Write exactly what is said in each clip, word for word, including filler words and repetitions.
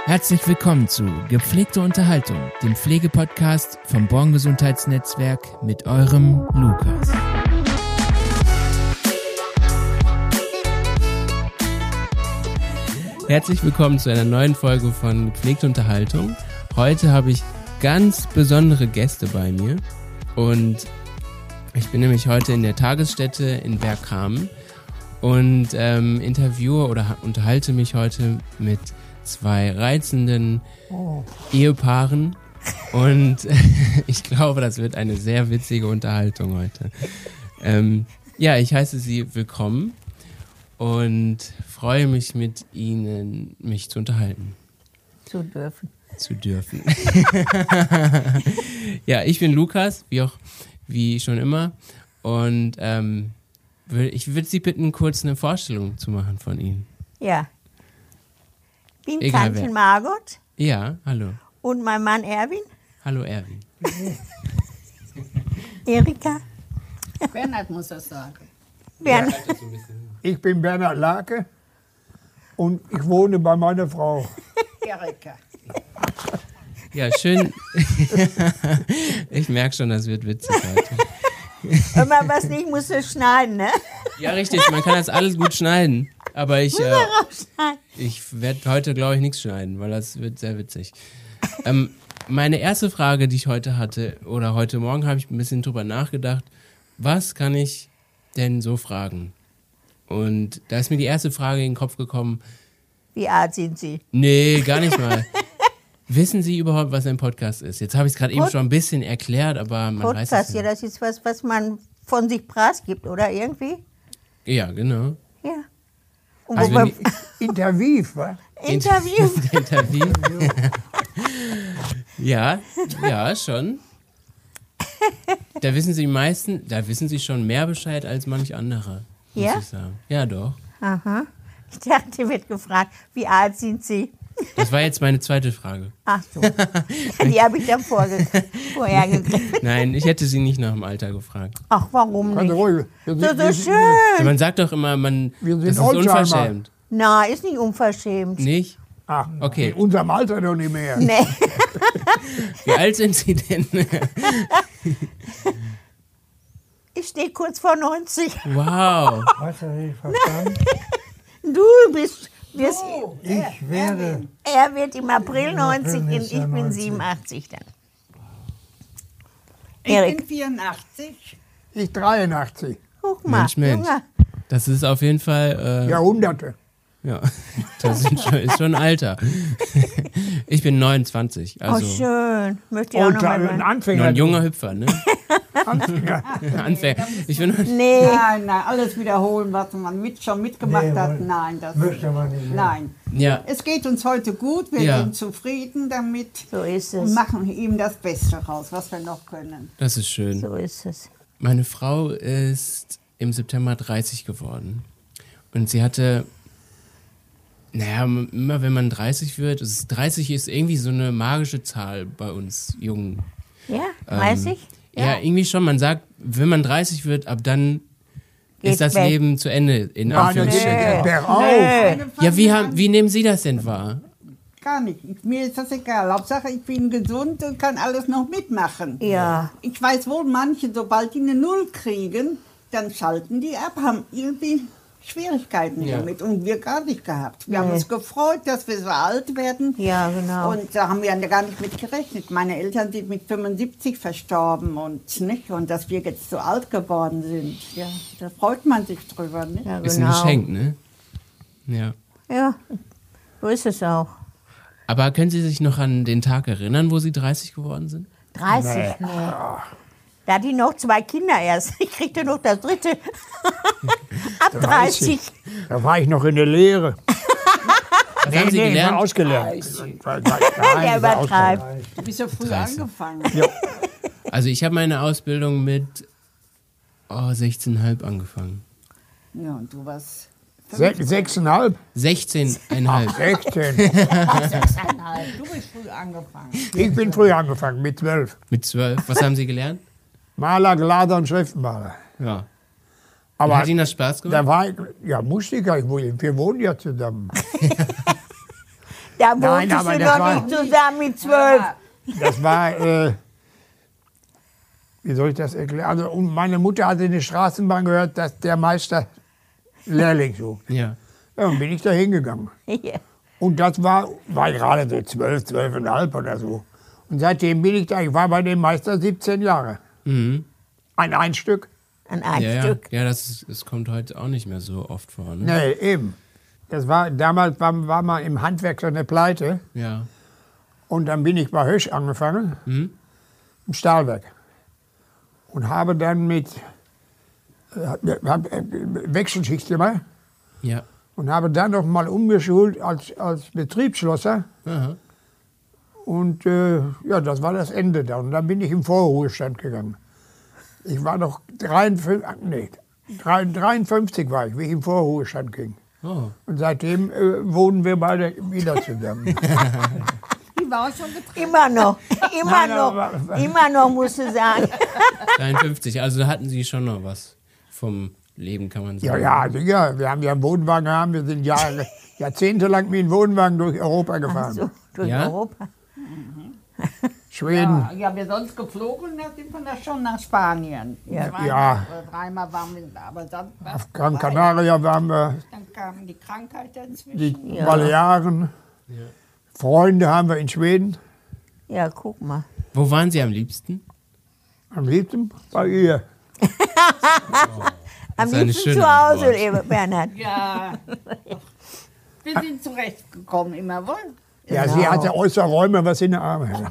Herzlich willkommen zu Gepflegte Unterhaltung, dem Pflegepodcast vom Born Gesundheitsnetzwerk mit eurem Lukas. Herzlich willkommen zu einer neuen Folge von Gepflegte Unterhaltung. Heute habe ich ganz besondere Gäste bei mir und ich bin nämlich heute in der Tagesstätte in Bergkamen und ähm, interviewe oder unterhalte mich heute mit zwei reizenden oh. Ehepaaren und äh, ich glaube, das wird eine sehr witzige Unterhaltung heute. Ähm, ja, ich heiße Sie willkommen und freue mich mit Ihnen, mich zu unterhalten. Zu dürfen. Zu dürfen. Ja, ich bin Lukas, wie auch wie schon immer und ähm, würd, ich würde Sie bitten, kurz eine Vorstellung zu machen von Ihnen. Ja. Ich bin Egal Tantchen wer. Margot. Ja, hallo. Und mein Mann Erwin. Hallo Erwin. Erika. Bernhard muss das sagen. Bernhard. Ich bin Bernhard Lake und ich wohne bei meiner Frau. Erika. Ja, schön. Ich merke schon, das wird witzig heute. Wenn man was nicht muss, es schneiden, ne? Ja, richtig, man kann das alles gut schneiden. Aber ich, äh, ich werde heute, glaube ich, nichts schneiden, weil das wird sehr witzig. Ähm, meine erste Frage, die ich heute hatte, oder heute Morgen habe ich ein bisschen drüber nachgedacht, was kann ich denn so fragen? Und da ist mir die erste Frage in den Kopf gekommen. Wie alt sind Sie? Nee, gar nicht mal. Wissen Sie überhaupt, was ein Podcast ist? Jetzt habe ich es gerade eben schon ein bisschen erklärt, aber man Podcast, weiß es ja, nicht. das ist was, was man von sich preisgibt, oder irgendwie? Ja, genau. Ja. Und Also wo wenn man, Interview, was? Interview. Interview. Ja, ja, schon. Da wissen Sie meisten, da wissen Sie schon mehr Bescheid als manch andere, muss Ja? ich sagen. Ja, doch. Aha. Ich dachte, wird gefragt, wie alt sind Sie? Das war jetzt meine zweite Frage. Ach so. Die habe ich dann vorge- vorher gekriegt. Nein, ich hätte Sie nicht nach dem Alter gefragt. Ach, warum Also nicht? ruhig. Wir So, sind- so wir sind- schön. Man sagt doch immer, man, Wir sind das ist Oldtimer. unverschämt. Nein, ist nicht unverschämt. Nicht? Ach, Okay. in unserem Alter noch nicht mehr. Nee. Wie alt sind Sie denn? Ich stehe kurz vor neunzig. Wow. Was habe ich verstanden? Du bist, bist Ich werde. er wird im April neunzig und ist ich er bin neunzig. siebenundachtzig dann. Ich Erik. bin vierundachtzig. Ich dreiundachtzig. Guck mal, Mensch, Mensch. Junge. Das ist auf jeden Fall, äh, Jahrhunderte. ja, das sind schon, ist schon ein Alter. Ich bin neunundzwanzig, also Oh, schön. Möchte ich auch Und noch mal ein sein. nur Anfänger. ein junger Hüpfer, ne? Anfänger. Anfänger. Ich bin Nee, Nein, nein, alles wiederholen, was man mit, schon mitgemacht Nee, hat. wollen- Nein, das Möchte man nicht. Nein. ja, Es geht uns heute gut, wir Ja. sind zufrieden damit so ist und es. machen ihm das Beste raus, was wir noch können. das ist schön. So ist es. Meine Frau ist im September dreißig geworden. Und sie hatte, naja, immer wenn man dreißig wird, es ist, dreißig ist irgendwie so eine magische Zahl bei uns Jungen. Ja, Ähm, dreißig? Ja, irgendwie schon. Man sagt, wenn man dreißig wird, ab dann Geht's ist das weg. Leben zu Ende, in Ja, das Anführungsstrichen. geht bergauf. Nee. Ja, wie, haben, wie nehmen Sie das denn wahr? Gar nicht. Ich, mir ist das egal. Hauptsache, ich bin gesund und kann alles noch mitmachen. Ja. Ich weiß wohl, manche, sobald die eine Null kriegen, dann schalten die ab, haben irgendwie Schwierigkeiten Ja. damit. Und wir gar nicht gehabt. Wir haben Nee. uns gefreut, dass wir so alt werden. Ja, genau. Und da haben wir ja gar nicht mit gerechnet. Meine Eltern sind mit fünfundsiebzig verstorben und nicht. Und dass wir jetzt so alt geworden sind, ja, da freut man sich drüber. Nicht? Ja, Ist ein genau. Geschenk, ne? Ja. Ja, so ist es auch. Aber können Sie sich noch an den Tag erinnern, wo Sie dreißig geworden sind? dreißig, nee. Da hatte ich noch zwei Kinder erst. Ich kriegte noch das dritte. Ab dreißig. Da war ich noch in der Lehre. Was haben Sie nee, ich war gelernt? ausgelernt. Der übertreibt. Du bist ja früh dreißig. angefangen. Also ich habe meine Ausbildung mit oh, sechzehn Komma fünf angefangen. Ja, und du warst Se- Sechseinhalb? sechzehn Komma fünf. Sechzehn. sechseinhalb. Du bist früh angefangen. Ich bin früh angefangen, mit zwölf. Mit zwölf. Was haben Sie gelernt? Maler, Glader und Schriftmaler. Ja. Aber Hat Ihnen das Spaß gemacht? da war ich, ja, musste ich ja, ich wohne- wir wohnen ja zusammen. Da Nein, wohnst aber du das noch war- nicht zusammen mit zwölf. Das war, äh, wie soll ich das erklären? Also, und meine Mutter hatte in der Straßenbahn gehört, dass der Meister Lehrling sucht. Ja. Ja, dann bin ich da hingegangen. Ja. Und das war, war gerade so zwölf, zwölfeinhalb oder so. Und seitdem bin ich da. Ich war bei dem Meister siebzehn Jahre. Mhm. Ein Einstück? An ein Ja, ja. Stück. ja, das, ist, das kommt heute auch nicht mehr so oft vor. Ne? Nee, eben. Das war, damals war, war mal im Handwerk so eine Pleite. Ja. Und dann bin ich bei Hösch angefangen, Mhm. im Stahlwerk. Und habe dann mit äh, hab, äh, Wechselschicht gemacht. Ja. Und habe dann noch mal umgeschult als, als Betriebsschlosser. Aha. Und äh, ja, das war das Ende da. Und dann bin ich im Vorruhestand gegangen. Ich war noch dreiundfünfzig, nee, dreiundfünfzig war ich, wie ich im Vorruhestand ging. Oh. Und seitdem äh, wohnen wir beide wieder zusammen. Die war schon getrennt. Immer noch. Immer Nein, noch. aber- Immer noch, musst du sagen. dreiundfünfzig, also da hatten Sie schon noch was vom Leben, kann man Ja, sagen. ja, also, ja, wir haben ja einen Wohnwagen gehabt. Wir sind Jahre, jahrzehntelang mit dem Wohnwagen durch Europa gefahren. So, durch Ja? Europa. Schweden. Ja, ja, wir sonst geflogen, da sind wir da schon nach Spanien. Ja. Zweimal Ja. oder dreimal waren wir da, aber dann, Auf Gran Canaria waren wir, dann kam die Krankheit dazwischen. die Ja. Balearen. Freunde haben wir in Schweden. Ja, guck mal. Wo waren Sie am liebsten? Am liebsten bei ihr. Am ist eine liebsten schöne zu Hause, Antwort. lieber Bernhard. Ja, wir sind zurechtgekommen immer, wohl. Ja, Genau. sie hatte äußere Räume, was in den Armen hat.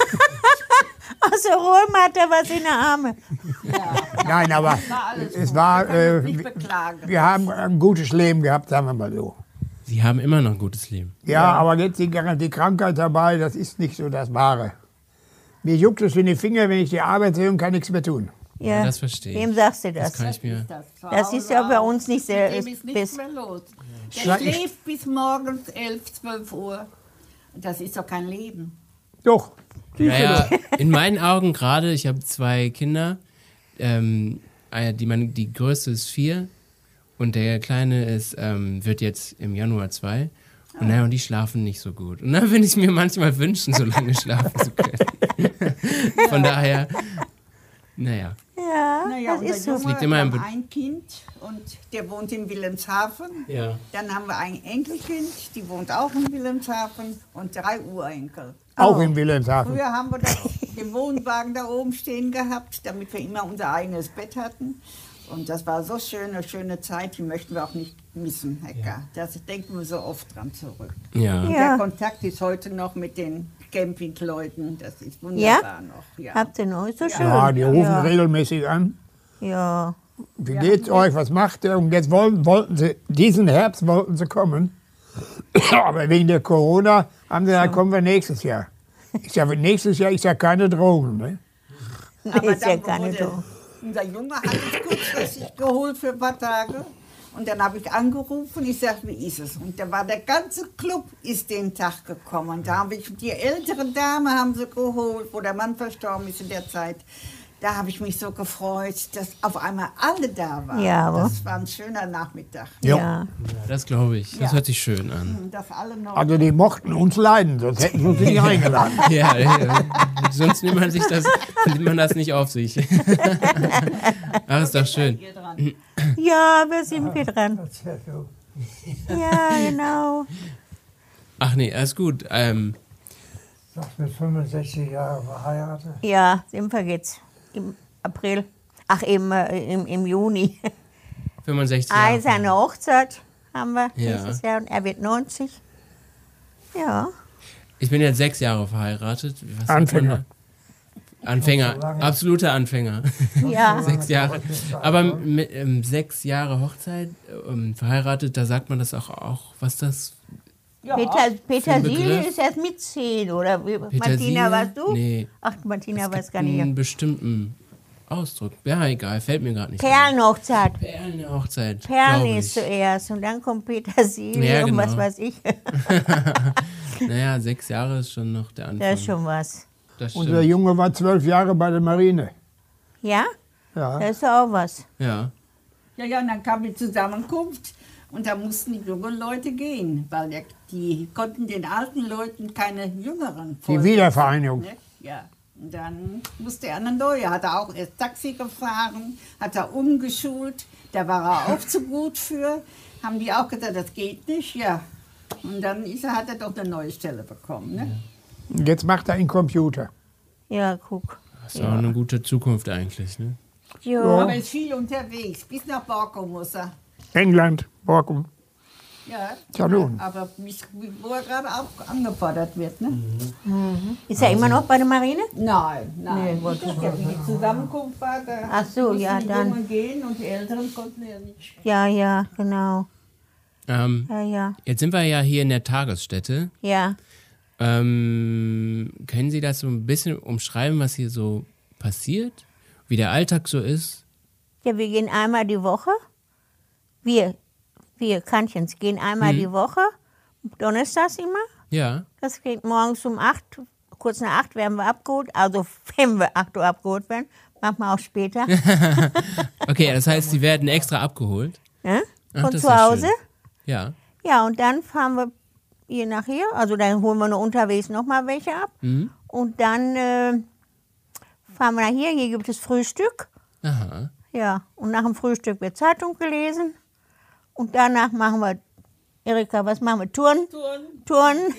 Aus der Römer hat er was in der Arme. Nein, aber War alles es gut. war, Wir können uns äh, nicht beklagen. wir haben ein gutes Leben gehabt, sagen wir mal so. Sie haben immer noch ein gutes Leben. Ja, aber jetzt die, die Krankheit dabei, das ist nicht so das Wahre. Mir juckt es in die Finger, wenn ich die Arbeit sehe und kann nichts mehr tun. Ja, das verstehe ich. Wem sagst du Das das? kann ich mir. Zu Das Hause ist ja bei auch. uns nicht sehr- Mit dem ist ist nichts bis- mehr los. Der Schla- ich- schläft bis morgens elf, zwölf Uhr. Das ist doch kein Leben. Doch. Naja, in meinen Augen gerade, ich habe zwei Kinder, ähm, eine- die, meine, die größte ist vier und der kleine ist, ähm, wird jetzt im Januar zwei. Und, naja, und die schlafen nicht so gut. Und dann würde ich mir manchmal wünschen, so lange schlafen zu können. Von daher, naja. Ja, Naja, das unser ist so. Junge, liegt immer wir im haben Be- ein Kind und der wohnt in Wilhelmshaven. Ja. Dann haben wir ein Enkelkind, die wohnt auch in Wilhelmshaven und drei Urenkel. Auch in Wilhelmshaven. Früher haben wir da den Wohnwagen da oben stehen gehabt, damit wir immer unser eigenes Bett hatten. Und das war so schön, eine schöne Zeit, die möchten wir auch nicht missen, Hecker. Das denken wir so oft dran zurück. Ja. Und Ja. der Kontakt ist heute noch mit den Campingleuten, das ist wunderbar noch. Ja. Habt ihr noch? Ist so schön. Ja, die rufen ja. regelmäßig an. Ja. Wie geht's euch? Was macht ihr? Und jetzt wollten, wollten sie, diesen Herbst wollten sie kommen. Aber wegen der Corona haben sie gesagt, kommen wir nächstes Jahr. Ich sage, nächstes Jahr ist ja keine Drohung. Ne? Aber ist ja dann keine wurde, Drohung. unser Junge hat es kurzfristig geholt für ein paar Tage. Und dann habe ich angerufen, ich sage, wie ist es? Und da war der ganze Club ist den Tag gekommen. Und da habe ich die ältere Dame haben sie geholt, wo der Mann verstorben ist in der Zeit. Da habe ich mich so gefreut, dass auf einmal alle da waren. Ja, aber- das war ein schöner Nachmittag. Ja. Ja. Das glaube ich. Das Ja. hört sich schön an. Und dass alle noch Also die mochten uns leiden, sonst hätten sie uns nicht eingeladen. Ja, ja. Sonst nimmt man sich das, nimmt man das nicht auf sich. Ach, ist doch schön. hier dran. Ja, wir sind wir dran. Das ist ja so. Ja, genau. Ach nee, alles gut. Ähm, Du bist mit fünfundsechzig Jahren verheiratet. Ja, sind wir jetzt im April. Ach, im, äh, im, im Juni. fünfundsechzig Ah, Jahre. seine Hochzeit haben wir Ja. nächstes Jahr und er wird neunzig. Ja. Ich bin jetzt sechs Jahre verheiratet. Was sagt Anfänger. man da? Anfänger, so lange. absoluter Anfänger. Ja. Sechs Jahre. Aber mit ähm, sechs Jahre Hochzeit, ähm, verheiratet, da sagt man das auch, auch was das. Ja, Peter, Petersilie Begriff? ist erst mit zehn, oder? wie- Petersilie? Martina, weißt du? Nee. Ach, Martina Es weiß gibt gar nicht. einen bestimmten Ausdruck. Ja, egal, fällt mir gerade nicht. ein. Perlenhochzeit. Perlenhochzeit. Perlen glaub ist ich. zuerst und dann kommt Petersilie Ja, und was genau. weiß ich. Naja, sechs Jahre ist schon noch der Anfang. Das ist schon was. Das Unser stimmt. Junge war zwölf Jahre bei der Marine. Ja? Ja. Das ist auch was. Ja. Ja, ja, und dann kam die Zusammenkunft Und da mussten die jungen Leute gehen, weil der, die konnten den alten Leuten keine jüngeren Die folgen. Wiedervereinigung. Ne? Ja, und dann musste er eine neue. Hat er auch erst Taxi gefahren, hat er umgeschult, da war er auch zu gut für. Haben die auch gesagt, das geht nicht, ja. Und dann ist er, hat er doch eine neue Stelle bekommen. Ne? Und jetzt macht er einen Computer. Ja, guck. Das ist auch eine gute Zukunft eigentlich, ne? Jo. Aber er ist viel unterwegs, bis nach Borkum muss er. England, Borkum. Ja, Ja, nun. aber mich, wo er gerade auch angefordert wird. Ne? Ist er immer noch bei der Marine? Nein, nein. Nee, wollte das ich ja, wie die Zusammenkunft war, da Ach so, mussten ja, die dann. Jungen gehen und die Älteren konnten ja nicht. Ja, ja, genau. Ähm, Ja, ja. jetzt sind wir ja hier in der Tagesstätte. Ja. Ähm, können Sie das so ein bisschen umschreiben, was hier so passiert? Wie der Alltag so ist? Ja, wir gehen einmal die Woche. Wir, wir Kantchens gehen einmal die Woche. Donnerstags immer. Ja. Das geht morgens um acht, kurz nach acht werden wir abgeholt. Also wenn wir acht Uhr abgeholt werden, manchmal auch später. Okay, das heißt, Sie werden extra abgeholt? Ne? Ach, Von das zu ist ja Hause. schön. Ja. Ja, und dann fahren wir hier nach hier. Also dann holen wir noch unterwegs nochmal welche ab. Und dann äh, fahren wir nach hier. Hier gibt es Frühstück. Aha. Ja, und nach dem Frühstück wird Zeitung gelesen. Und danach machen wir, Erika, was machen wir? Turnen? Turnen. Turnen,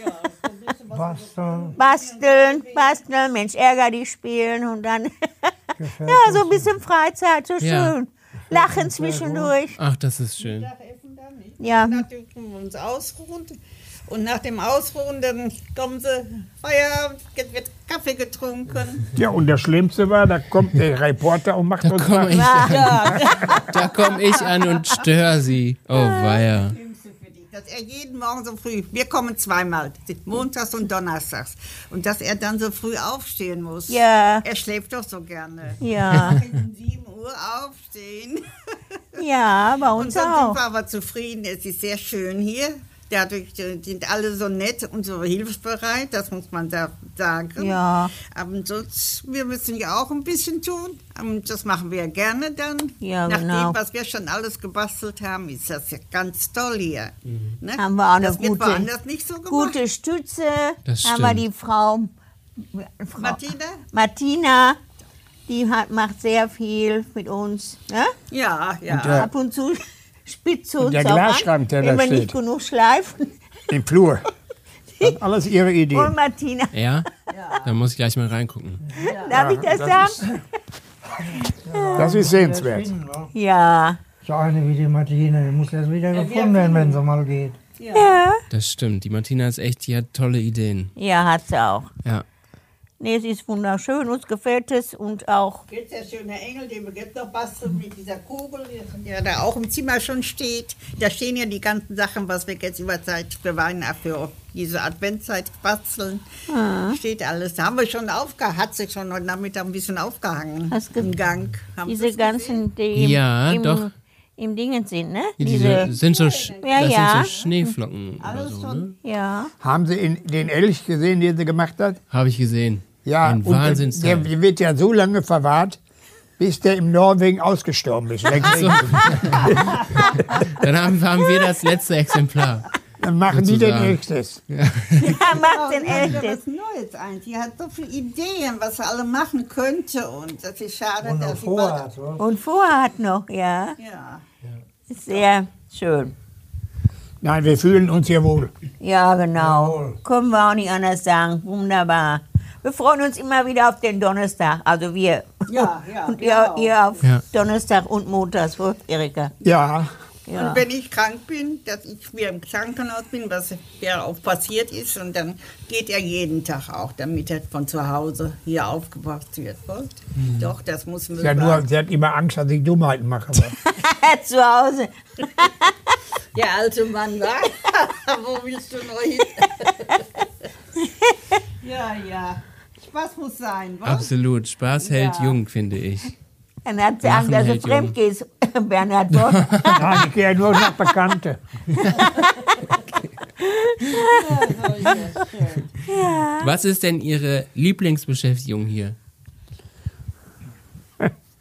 Basteln, basteln, basteln, Mensch, ärger dich spielen und dann, gefällt ja, so ein uns. bisschen Freizeit, so Ja. schön. Lachen zwischendurch. Ach, das ist schön. Mittagessen dann nicht. Ja. Nachdem wir uns ausruhen. Und nach dem Ausruhen, dann kommen sie, Feierabend, wird Kaffee getrunken. Ja, und das Schlimmste war, da kommt der Reporter und macht Da uns komme ich, Ja, da komm ich an und störe Sie. Oh, weia. Dass er jeden Morgen so früh, wir kommen zweimal, montags und donnerstags. Und dass er dann so früh aufstehen muss. Ja. Er schläft doch so gerne. ja, Um sieben Uhr aufstehen. ja, bei Und uns sonst sind auch. wir aber zufrieden. Es ist sehr schön hier. Dadurch sind alle so nett und so hilfsbereit, das muss man da sagen. Ja. Aber sonst, wir müssen ja auch ein bisschen tun. Und das machen wir ja gerne dann. Ja, Nach genau. dem, was wir schon alles gebastelt haben, ist das ja ganz toll hier. Ne? Haben wir auch eine das wird gute- woanders nicht so gemacht. Gute Stütze. Das Haben wir stimmt. die Frau, Frau Martina? Martina, die hat, macht sehr viel mit uns. Ne? Ja, ja. der- Ab und zu spitzt sie uns der auch an, Glasschrank, der wenn da wir nicht steht. genug schleifen. im Flur. Hat alles ihre Und Ideen. Martina, Ja? Da muss ich gleich mal reingucken. darf ich das, das sagen? Das ist sehenswert. Finden, wa? Ja. So eine wie die Martine, die muss erst wieder gefunden werden, wenn sie mal geht. Ja. Das stimmt. Die Martina ist echt, die hat tolle Ideen. Ja, hat sie auch. Ja. Nee, es ist wunderschön, uns gefällt es und auch, Jetzt der schöne Engel, den wir jetzt noch basteln mit dieser Kugel, der da auch im Zimmer schon steht. Da stehen ja die ganzen Sachen, was wir jetzt über Zeit für Weihnachten, für diese Adventszeit basteln. Steht alles. Da haben wir schon aufgehangen, hat sich schon heute Nachmittag ein bisschen aufgehangen. Hast ge- Im Gang. Haben Sie diese das ganzen, die im, Ja, im, doch. im Dingen sind, ne? Diese, sind so, Sch- Ja, das ja. sind so Schneeflocken oder Alles so, schon. ne? Ja. Haben Sie in, den Elch gesehen, den sie gemacht hat? Habe ich gesehen. Ja, Ein und der, Wahnsinnsteil. der wird ja so lange verwahrt, bis der im Norwegen ausgestorben ist. Dann kriegen- Dann haben, haben wir das letzte Exemplar. Dann machen die den Sozusagen. nächstes. Ja, macht den Die hat ja Elchtes. was Neues ein. Die hat so viele Ideen, was sie alle machen könnte. Und das ist schade, Und noch dass sie bald... vorhat, wa? Und vorhat noch, ja. Ja. Ist sehr schön. Nein, wir fühlen uns hier wohl. Ja, genau. Jawohl. Können wir auch nicht anders sagen. Wunderbar. Wir freuen uns immer wieder auf den Donnerstag. Also wir. Ja, ja, Und wir ihr, auch. ihr auf Ja. Donnerstag und Montags, wo, Erika? Ja, Ja. Und wenn ich krank bin, dass ich wieder im Krankenhaus bin, was ja auch passiert ist, und dann geht er jeden Tag auch, damit er von zu Hause hier aufgebracht wird. Und doch, das muss man ja überall- nur, sie hat immer Angst, dass ich Dummheiten mache. Aber Zu Hause. Der alte Mann war. Wo willst du noch hin? Ja, ja. Spaß muss sein, was? Absolut. Spaß hält Ja. jung, finde ich. Dann hat sie Lachen Angst, dass du hält fremd jung. gehst, Bernhard Bock. nein, ich gehe ja nur nach Bekannte. Was ist denn Ihre Lieblingsbeschäftigung hier?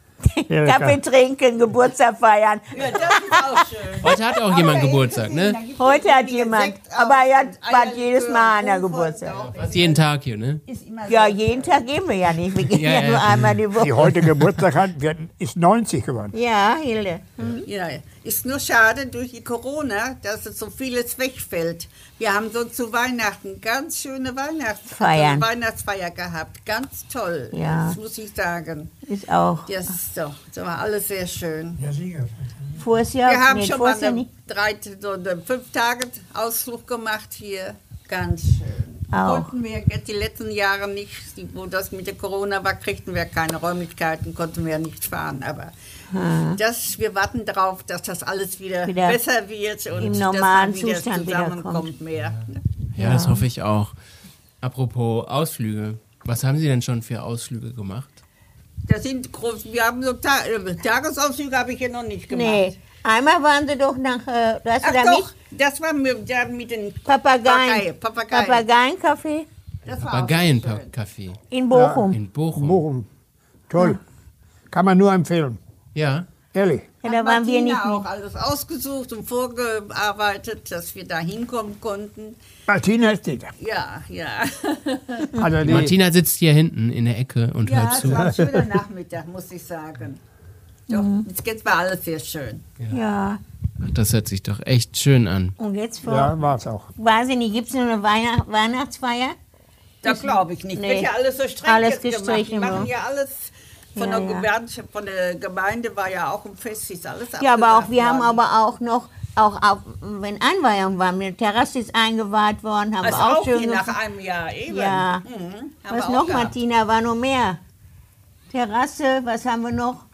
Erika. Kaffee trinken, Geburtstag feiern. Ja, das ist auch schön. Heute hat auch jemand Geburtstag, ne? Heute hat jemand, aber er hat bald jedes Mal einer Geburtstag. Fast jeden Tag hier, ne? Ja, jeden Tag gehen wir ja nicht. Wir gehen Ja, ja, ja. nur einmal die Die Woche. heute Geburtstag hat, wird- ist neunzig geworden. Ja, Hilde. Ja, ist nur schade durch die Corona, dass es so vieles wegfällt. Wir haben so zu Weihnachten ganz schöne Weihnachts Feiern. Weihnachtsfeier gehabt. Ganz toll, Ja. das muss ich sagen. Ist auch. Das, ist doch, das war alles sehr schön. Ja, sicher. Vorher Jahr, Wir haben nee, schon mal vorher eine, nicht. drei, so eine fünf Tage Ausflug gemacht hier. Ganz schön. Auch. Konnten wir jetzt die letzten Jahre nicht, die- wo das mit der Corona war, kriegten wir keine Räumlichkeiten, konnten wir nicht fahren. Aber das, wir warten darauf, dass das alles wieder, Wieder besser wird und im dass normalen man wieder Zustand zusammenkommt wiederkommt. mehr. Ja, das hoffe ich auch. Apropos Ausflüge. Was haben Sie denn schon für Ausflüge gemacht? Das sind groß, wir haben so Ta äh, Tagesausflüge habe ich ja noch nicht gemacht. Nee, einmal waren sie doch nach, äh, da hast du Ach da doch, das war mit, da mit den Papageien, Papageien. Papageienkaffee Das war auch schön. Papageienkaffee in Bochum. in Bochum. Bochum. Toll. Kann man nur empfehlen. Ja. Ehrlich. Ja, da Hat waren wir Martina nicht auch mit. alles ausgesucht und vorgearbeitet, dass wir da hinkommen konnten. Martina ist die da. Ja, ja. Also die, Martina sitzt hier hinten in der Ecke und Ja, hört es zu. war ein schöner Nachmittag, muss ich sagen. Doch, jetzt war alles sehr schön. Ja, Ach, das hört sich doch echt schön an. und jetzt vor, ja, war es auch. weiß ich nicht, gibt es noch eine Weihnacht Weihnachtsfeier? Da glaube ich nicht. Nee. Wird ja alles so streng Alles jetzt gemacht. Die gestrichen, machen ja. ja alles von, Ja, der ja. Gemeinde, von der Gemeinde war ja auch ein Fest, ist alles Ja, aber auch, abgesagt wir haben worden. aber auch noch, auch auf, wenn Einweihung war, die Terrasse ist eingeweiht worden, haben Also wir auch, auch schön hier nach gefeiert. einem Jahr eben. Ja. Mhm, haben Was wir auch noch, gehabt. Martina, war noch mehr? Terrasse, was haben wir noch?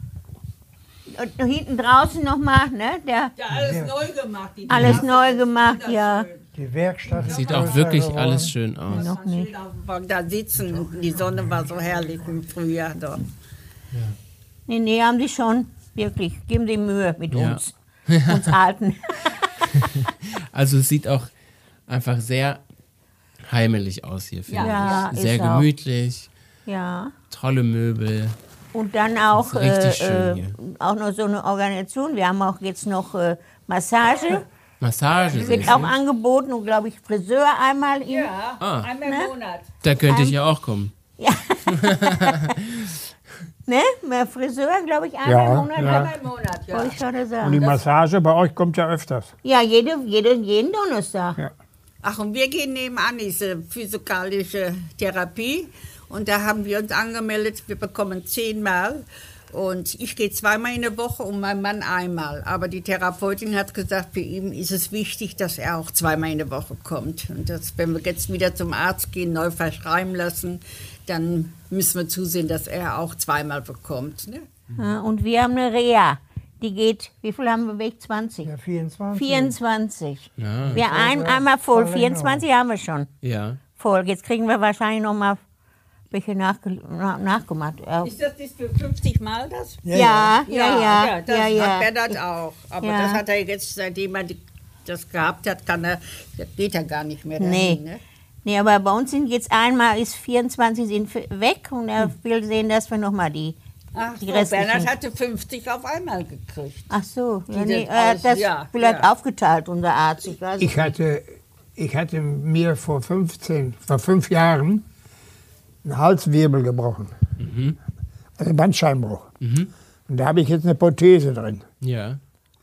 Und hinten draußen nochmal, ne? Der, Ja, alles neu gemacht. Die alles Terrasse neu ist gemacht, wunderschön. ja. Die Werkstatt ist Sieht auch größer wirklich geworden. alles schön aus. Noch nicht. Da sitzen und die Sonne war so herrlich im Frühjahr dort. Nee, nee, haben die schon. Wirklich. Geben die Mühe mit Ja. uns. Uns Alten. Also es sieht auch einfach sehr heimelig aus hier, finde Ja, ich. ist Sehr auch. gemütlich, Ja. tolle Möbel. Und dann auch, Das ist richtig äh, schön äh, hier. auch noch so eine Organisation. Wir haben auch jetzt noch äh, Massage. Massage. Wird siehst auch du? angeboten und glaube ich Friseur einmal. Im, Ja, Ah. einmal im Monat. Da könnte ich ja auch kommen. Ne? Mehr Friseur, glaube ich, einmal Ja, im Monat. ja. Einmal im Monat, ja. Wollte ich gerade Und sagen. die Massage bei euch kommt ja öfters. Ja, jede, jede, jeden Donnerstag. Ja. Ach, und wir gehen nebenan diese physikalische Therapie. Und da haben wir uns angemeldet, wir bekommen zehnmal. Und ich gehe zweimal in der Woche und mein Mann einmal. Aber die Therapeutin hat gesagt, für ihn ist es wichtig, dass er auch zweimal in der Woche kommt. Und das, wenn wir jetzt wieder zum Arzt gehen, neu verschreiben lassen, dann müssen wir zusehen, dass er auch zweimal bekommt. Ne? Ja, und wir haben eine Reha. Die geht, wie viel haben wir weg? zwanzig? Ja, vierundzwanzig. vierundzwanzig. Ja. Wir ein, einmal voll, vierundzwanzig haben wir schon Ja. voll. Jetzt kriegen wir wahrscheinlich noch mal welche nachge na- nachgemacht. Ja, Ist das nicht für fünfzig Mal das? ja, ja, ja. ja, das ja, ja. hat Bernhard auch. Aber Ja. das hat er jetzt, seitdem er die, das gehabt hat, kann er, das geht er gar nicht mehr dahin. Nee. Ne? Nee, aber bei uns sind jetzt einmal ist vierundzwanzig sind f- weg und er will sehen, dass wir noch mal die. Ach so, Die restlichen. Bernhard hatte fünfzig auf einmal gekriegt. Ach so, ja, Die nee, das er hat aus- das ja, vielleicht ja. aufgeteilt, unser Arzt. Ich weiß Ich hatte, ich hatte mir vor fünfzehn, vor fünf Jahren einen Halswirbel gebrochen. Also Bandscheibenbruch. Und da habe ich jetzt eine Prothese drin. Ja.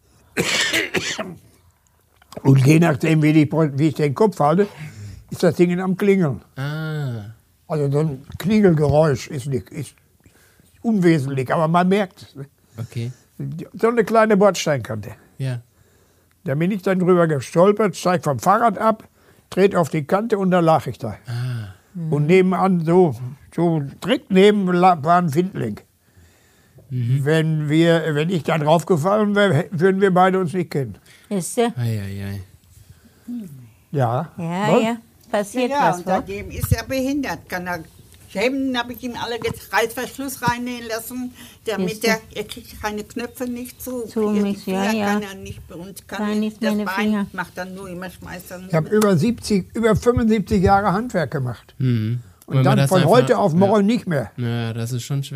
Und je nachdem, wie, die, Pro- wie ich den Kopf halte, ist das Ding am Klingeln. Ah. Also so ein Klingelgeräusch ist, nicht, ist unwesentlich, aber man merkt es. Okay. So eine kleine Bordsteinkante. Ja. Da bin ich dann drüber gestolpert, steig vom Fahrrad ab, dreht auf die Kante und da lag ich da. Und nebenan, so, so direkt neben la- war ein Findling. Wenn, wir, wenn ich da drauf gefallen wäre, würden wir beide uns nicht kennen. Ist du? Eieiei. Ja. Ja, Was? ja. Passiert Ja, was, und wa? seitdem ist er behindert. Kann er Hemden habe ich ihm alle jetzt Reißverschluss reinnähen lassen, damit Siehste? er, er kriegt keine Knöpfe nicht zu. Zu Hier, mich, die ja, Finger ja. kann er nicht bei uns kann Kann nicht, nicht das meine Bein Finger. macht dann nur immer schmeißt dann Ich habe über siebzig, über fünfundsiebzig Jahre Handwerk gemacht. Mhm. Und Wenn man dann das von einfach- heute auf morgen nicht mehr. Ja, ja, das ist schon schwer.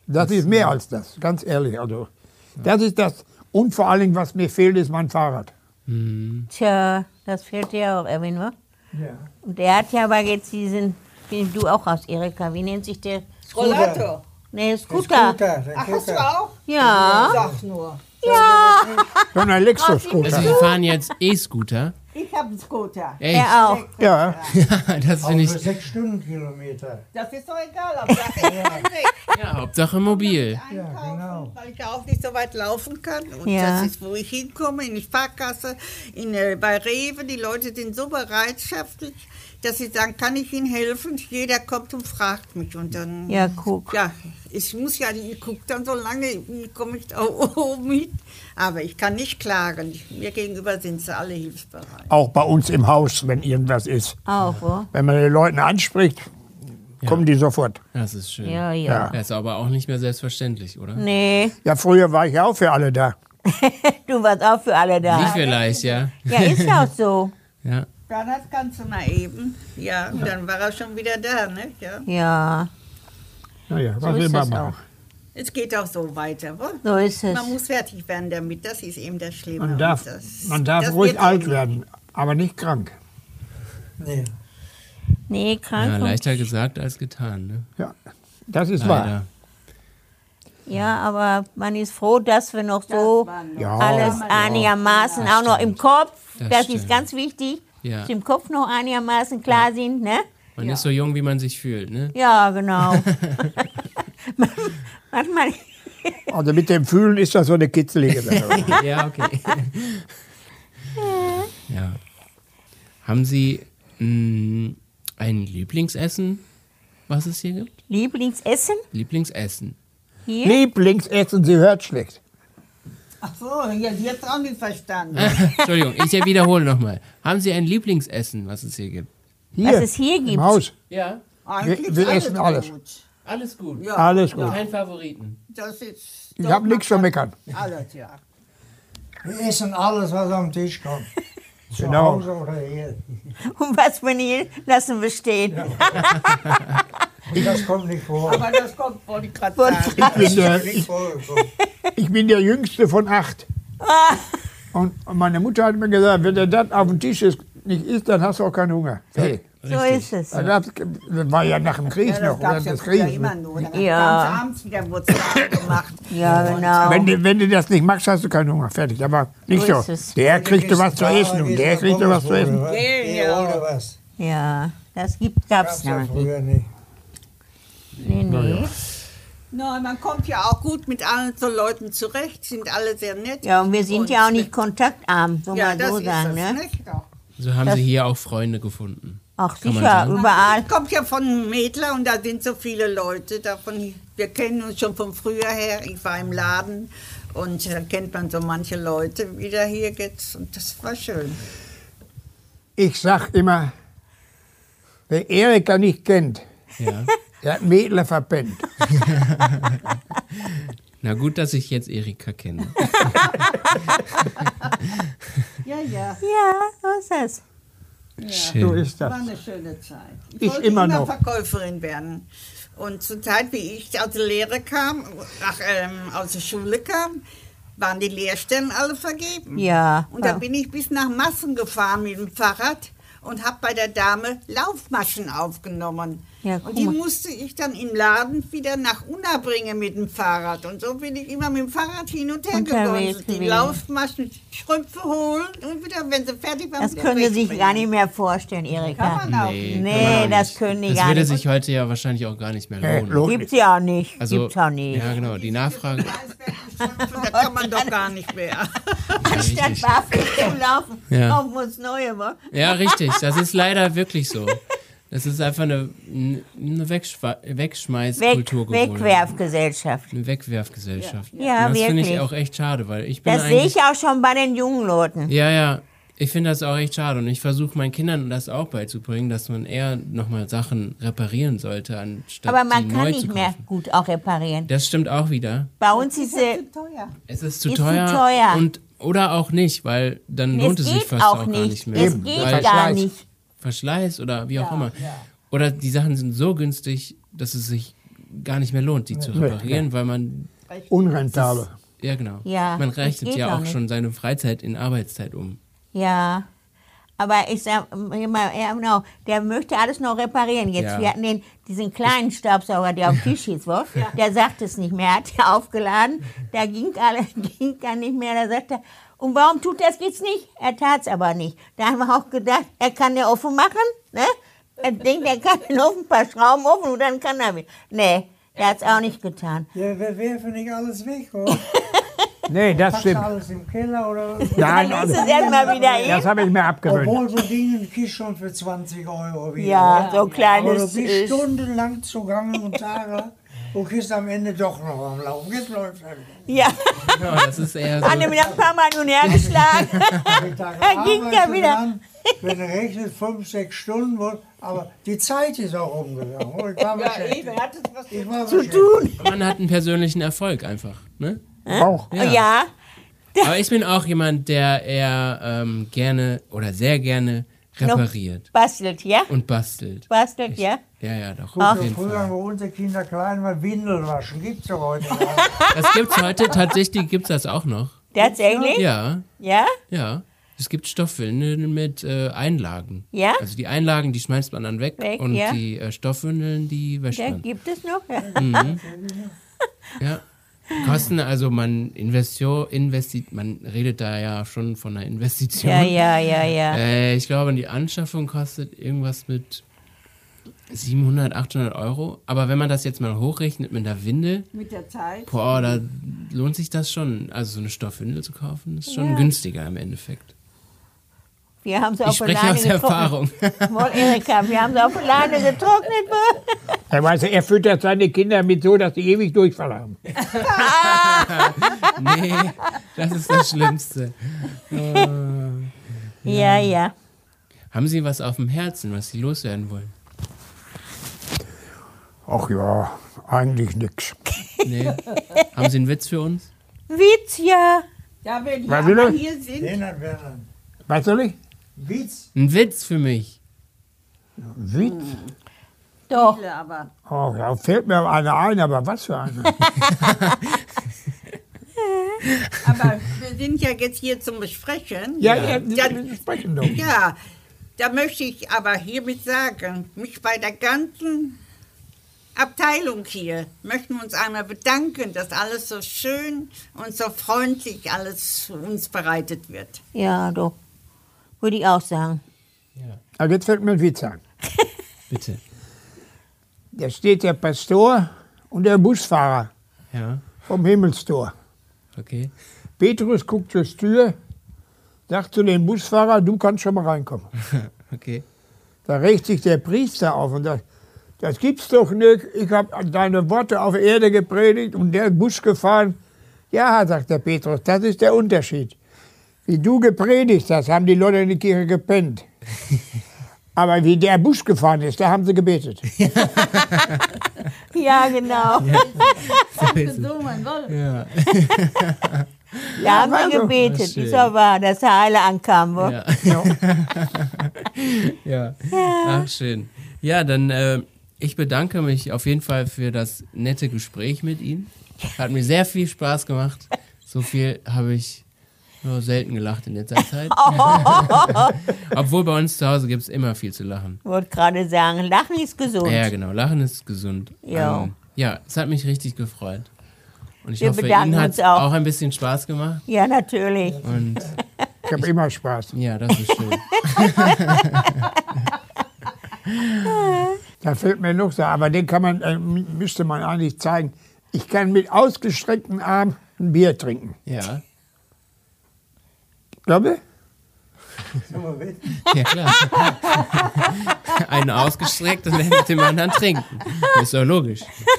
Das ist mehr als das, ganz ehrlich. Also, das ist das. Und vor allen Dingen, was mir fehlt, ist mein Fahrrad. Tja, das fehlt dir auch, Erwin, wa? Ja. Und der hat ja aber jetzt diesen, den du auch hast, Erika, wie nennt sich der? Rollator. Nee, Scooter. Scooter, der Ach, hast du Scooter. auch? Ja. Sag nur. So ein Elektroscooter. Also Sie fahren jetzt E-Scooter. Ich habe einen Scooter. Echt? Er auch. Ja, Das Auch finde ich. für sechs Stundenkilometer. Das ist doch egal, ob das ist. Ja, Hauptsache mobil. Ja, genau. Weil ich auch nicht so weit laufen kann. Und Ja. das ist, wo ich hinkomme, in die Sparkasse, in, äh, bei Rewe. Die Leute sind so bereitschaftlich, dass sie sagen, kann ich Ihnen helfen? Jeder kommt und fragt mich. Und dann, Ja, guck. ja, ich muss ja, ich gucke dann so lange, wie komme ich da oben mit? Aber ich kann nicht klagen. Mir gegenüber sind sie alle hilfsbereit. auch bei uns im Haus, wenn irgendwas ist. Auch, wo? Wenn man die Leute anspricht, kommen die sofort. Das ist schön. Ja, ja. Das ist aber auch nicht mehr selbstverständlich, oder? Nee, Ja, früher war ich ja auch für alle da. du warst auch für alle Wie da. vielleicht, ja. Ja, ist ja auch so. Ja. Dann das Ganze mal eben. Ja, und dann war er schon wieder da, ne? Ja. Ja, Naja, so was will ist man das machen? auch. Es geht auch so weiter. Wa? So ist es. Man muss fertig werden damit, das ist eben das Schlimme. Man darf, Und das, man darf das ruhig wird alt auch- werden, aber nicht krank. Nee. Nee, krank. Ja, und- leichter gesagt als getan, ne? Ja, das ist wahr. Leider. Ja, aber man ist froh, dass wir noch so war noch- Ja, alles einigermaßen auch noch im Kopf, Das das, stimmt. ist ganz wichtig, Ja. dass im Kopf noch einigermaßen klar sind, ne? Man ist so jung, wie man sich fühlt, ne? Ja, genau. Manchmal, also mit dem Fühlen ist das so eine kitzelige Sache. Ja, okay. Ja. Haben Sie mh, ein Lieblingsessen, was es hier gibt? Lieblingsessen Lieblingsessen. hier? Lieblingsessen, sie hört schlecht. Ach so, ja, die hat auch nicht verstanden. Entschuldigung, ich wiederhole nochmal. Haben Sie ein Lieblingsessen, was es hier gibt? Hier, Was es hier gibt? im Haus. Ja, Eigentlich wir essen alles. gut. alles gut. Ja, Alles gut. Kein Favoriten. das ist. Ich habe nichts zu meckern. Alles, ja. Wir essen alles, was am Tisch kommt. Zu Genau. Hause oder hier. Und was wir nicht lassen wir stehen. Und das kommt nicht vor. Aber das kommt, wollte ich gerade Wollte sagen. Ich bin, der, Nicht ich, vorgekommen. ich bin der Jüngste von acht. Und und meine Mutter hat mir gesagt, wenn der das auf dem Tisch ist, nicht isst, dann hast du auch keinen Hunger. Hey. So ist es. Das das war ja nach dem Krieg Ja, das noch, gab während es ja des früher Krieges. immer nur. Dann Ja. ganz abends wieder wurde es gemacht. Ja, genau. Wenn du, wenn du das nicht magst, hast du keinen Hunger. Fertig. Aber nicht So so. ist es. Der kriegte was zu essen und der kriegte was zu essen. Der oder was? Ja, das gibt, gab's Gab's ja noch nicht. früher nicht. Nee, nee. Nein, man kommt ja auch gut mit allen so Leuten zurecht, sind alle sehr nett. Ja, und wir sind Und- ja auch nicht kontaktarm, so Ja, mal das so ist sagen, es, ne? nicht? Doch. So haben Das- Sie hier auch Freunde gefunden. Ach, Kann man sicher, sagen. überall. Ich komme ja von Mädler und da sind so viele Leute. Davon, wir kennen uns schon von früher her. Ich war im Laden und da kennt man so manche Leute wieder hier jetzt. Und das war schön. Ich sag immer, wer Erika nicht kennt, Ja. der hat Mädler verpennt. Na gut, dass ich jetzt Erika kenne. Ja, ja. Ja, so ist es. So Schön. ist das. War eine schöne Zeit. Ich Ist wollte immer immer, noch. Verkäuferin werden. Und zur Zeit, wie ich aus der Lehre kam, ach, ähm, aus der Schule kam, waren die Lehrstellen alle vergeben. Ja. Und dann bin ich bis nach Massen gefahren mit dem Fahrrad und habe bei der Dame Laufmaschen aufgenommen. Ja, guck und die mal. musste ich dann im Laden wieder nach Unna bringen mit dem Fahrrad. Und so bin ich immer mit dem Fahrrad hin und her Unterwegs geworden. Die gewesen. Laufmaschen, Strümpfe holen und wieder, wenn sie fertig waren, Das wieder können Sie sich wegbringen. gar nicht mehr vorstellen, Erika. Kann man auch Nee, nicht. kann man Nee, auch das nicht. können die Das gar würde nicht. sich heute ja wahrscheinlich auch gar nicht mehr Nee, lohnen. lohnt Gibt's ja auch nicht. Also, Gibt's auch nicht. Ja, genau. Die Nachfrage. Da kann man doch gar nicht mehr. Anstatt richtig. barfuß zu laufen, Ja. kaufen wir uns neue, wa? Ja, richtig. Das ist leider wirklich so. Das ist einfach eine, eine Wegschwa- Weg, Wegschmeißkultur geworden. Wegwerfgesellschaft. Eine Wegwerfgesellschaft. Ja, Und das finde ich wirklich. auch echt schade, weil ich bin Das sehe eigentlich... ich auch schon bei den jungen Leuten. Ja, ja. Ich finde das auch echt schade und ich versuche meinen Kindern das auch beizubringen, dass man eher nochmal Sachen reparieren sollte, anstatt Aber man die kann neu nicht zu mehr kaufen. gut auch reparieren. Das stimmt auch wieder. Bei uns ist äh, zu teuer. Es ist zu Ist zu teuer, teuer. und oder auch nicht, weil dann es lohnt es sich geht fast auch auch gar nicht. nicht mehr. Es Eben, geht weil gar Verschleiß. nicht. Verschleiß oder wie auch immer. Oder die Sachen sind so günstig, dass es sich gar nicht mehr lohnt, die zu reparieren, weil man... Unrentabel. Ja, genau. Ja, man das rechnet geht ja doch auch nicht. schon seine Freizeit in Arbeitszeit um. Ja, aber ich sag immer, ja, genau, der möchte alles noch reparieren. Jetzt, Ja. wir hatten den, diesen kleinen Staubsauger, der auf dem Tisch hieß, wo? Der sagt es nicht mehr, hat er aufgeladen, da ging, alle, ging dann nicht mehr, da sagt er, und warum tut das jetzt nicht? Er tat es aber nicht. Da haben wir auch gedacht, er kann den Ofen machen, ne? Er denkt, er kann den Ofen, ein paar Schrauben offen und dann kann er wieder. Nee, der hat es auch nicht getan. Ja, wir werfen nicht alles weg, oder? Nee, das Packst stimmt. alles im Keller oder... Nein, Dann ist es erstmal wieder hin. das habe ich mir abgewöhnt. Obwohl so Dinge kriegst schon für zwanzig Euro wieder. Ja, so Aber kleines du bist ist. stundenlang zugange und Tage und kriegst am Ende doch noch am Laufen. Jetzt läuft er wieder. Ja, Genau, das ist eher so... hat er wieder ein paar Mal nun hergeschlagen. Tag Er ging ja arbeitest wieder. dran, wenn du rechnest, fünf, sechs Stunden, wohl, aber die Zeit ist auch umgegangen. Oh, Ich war beschäftigt. Ich war Zu beschäftigt. tun. Man hat einen persönlichen Erfolg einfach, ne? Auch. Ja. Ja. Aber ich bin auch jemand, der eher ähm, gerne oder sehr gerne repariert Bastelt, ja? und bastelt. Bastelt, ja? Ja, ja, doch. Guck, Auf so jeden früher, Fall. wo unsere Kinder klein waren, Windeln waschen. Gibt's doch heute nicht. Das gibt's heute, tatsächlich gibt's das auch noch. Tatsächlich? Ja, Ja? ja. Es gibt Stoffwindeln mit äh, Einlagen. Ja? Also die Einlagen, die schmeißt man dann weg, Weg, und ja. die äh, Stoffwindeln, die wäscht Ja, man. gibt es noch? Ja. Ja. Kosten, also man investiert, investi man redet da ja schon von einer Investition. Ja, ja, ja, ja. Äh, ich glaube, die Anschaffung kostet irgendwas mit siebenhundert, achthundert Euro. Aber wenn man das jetzt mal hochrechnet mit der Windel, Mit der Zeit. boah, da lohnt sich das schon. Also so eine Stoffwindel zu kaufen, ist schon Ja. günstiger im Endeffekt. Wir haben sie Ich auf spreche Leine aus getrocknet. Erfahrung. Wohl, Erika, wir haben sie auf Leine getrocknet. Er weiß, er füttert seine Kinder mit so, dass die ewig Durchfall haben. Nee, das ist das Schlimmste. Ja, ja. Haben Sie was auf dem Herzen, was Sie loswerden wollen? Ach ja, eigentlich nix. Nee. Haben Sie einen Witz für uns? Witz, ja. Ja, wenn die Was will aber er? hier sind, Den hat Werner. Was soll ich? Witz. Ein Witz für mich. Witz? Doch. viele, aber Oh, ja, fällt mir einer ein, aber was für einer? Aber wir sind ja jetzt hier zum Besprechen. Ja, Ja. ja, wir sprechen doch. Ja, da möchte ich aber hiermit sagen, mich bei der ganzen Abteilung hier möchten wir uns einmal bedanken, dass alles so schön und so freundlich alles für uns bereitet wird. Ja, doch. Würde ich auch sagen. Aber jetzt fällt mir ein Witz ein. Bitte. Da steht der Pastor und der Busfahrer Ja, vom Himmelstor. okay. Petrus guckt zur Tür, sagt zu dem Busfahrer, du kannst schon mal reinkommen. Okay. Da regt sich der Priester auf und sagt, das gibt's doch nicht, ich habe deine Worte auf Erde gepredigt und der Bus gefahren. Ja, sagt der Petrus, das ist der Unterschied. Wie du gepredigt hast, haben die Leute in die Kirche gepennt. Aber wie der Bus gefahren ist, da haben sie gebetet. Ja, genau. So ist es. Ja. Da haben also, wir gebetet. das ist Ist schön. doch wahr, dass der Heile ankam. Wo? Ja. Ja. Ach, schön. Ja, dann äh, ich bedanke mich auf jeden Fall für das nette Gespräch mit Ihnen. Hat mir sehr viel Spaß gemacht. So viel habe ich nur selten gelacht in letzter Zeit. Obwohl bei uns zu Hause gibt es immer viel zu lachen. Ich wollte gerade sagen, Lachen ist gesund. Ja, genau. Lachen ist gesund. Ja. Ähm, ja, es hat mich richtig gefreut. Und ich Wir hoffe, bedanken Ihnen hat uns es auch. auch ein bisschen Spaß gemacht. Ja, natürlich. Und Ich habe immer Spaß. ja, das ist schön. Da fällt mir noch so, aber den kann man, äh, müsste man eigentlich zeigen. Ich kann mit ausgestreckten Armen ein Bier trinken. Ja, Glaube? ja klar. Einen ausgestreckt und dann mit dem anderen trinken. Das ist doch logisch.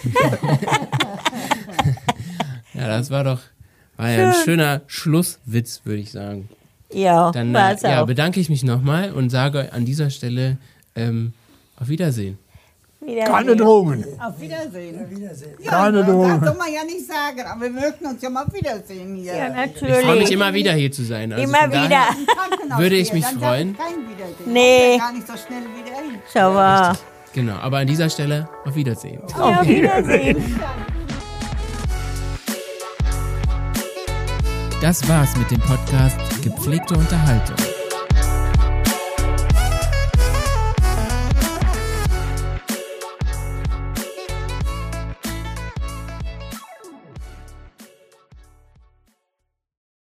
Ja, das war doch war ja ein schöner Schlusswitz, würde ich sagen. Ja, Dann war äh, es ja, auch. bedanke ich mich nochmal und sage an dieser Stelle ähm, auf Wiedersehen. Wiedersehen. Keine Drogen. Auf Wiedersehen. Wiedersehen. Ja, Keine das Drogen. soll man ja nicht sagen, aber wir möchten uns ja mal wiedersehen hier. Ja, Ich freue mich natürlich. immer wieder hier zu sein. Also Immer von daher- wieder. Im Krankenhaus Würde ich hier, mich dann freuen. Darf ich kein Wiedersehen. Nee. Kommt ja gar nicht so schnell wieder hin. Schau mal. Genau, aber an dieser Stelle auf Wiedersehen. Auf Wiedersehen. Das war's mit dem Podcast Gepflegte Unterhaltung.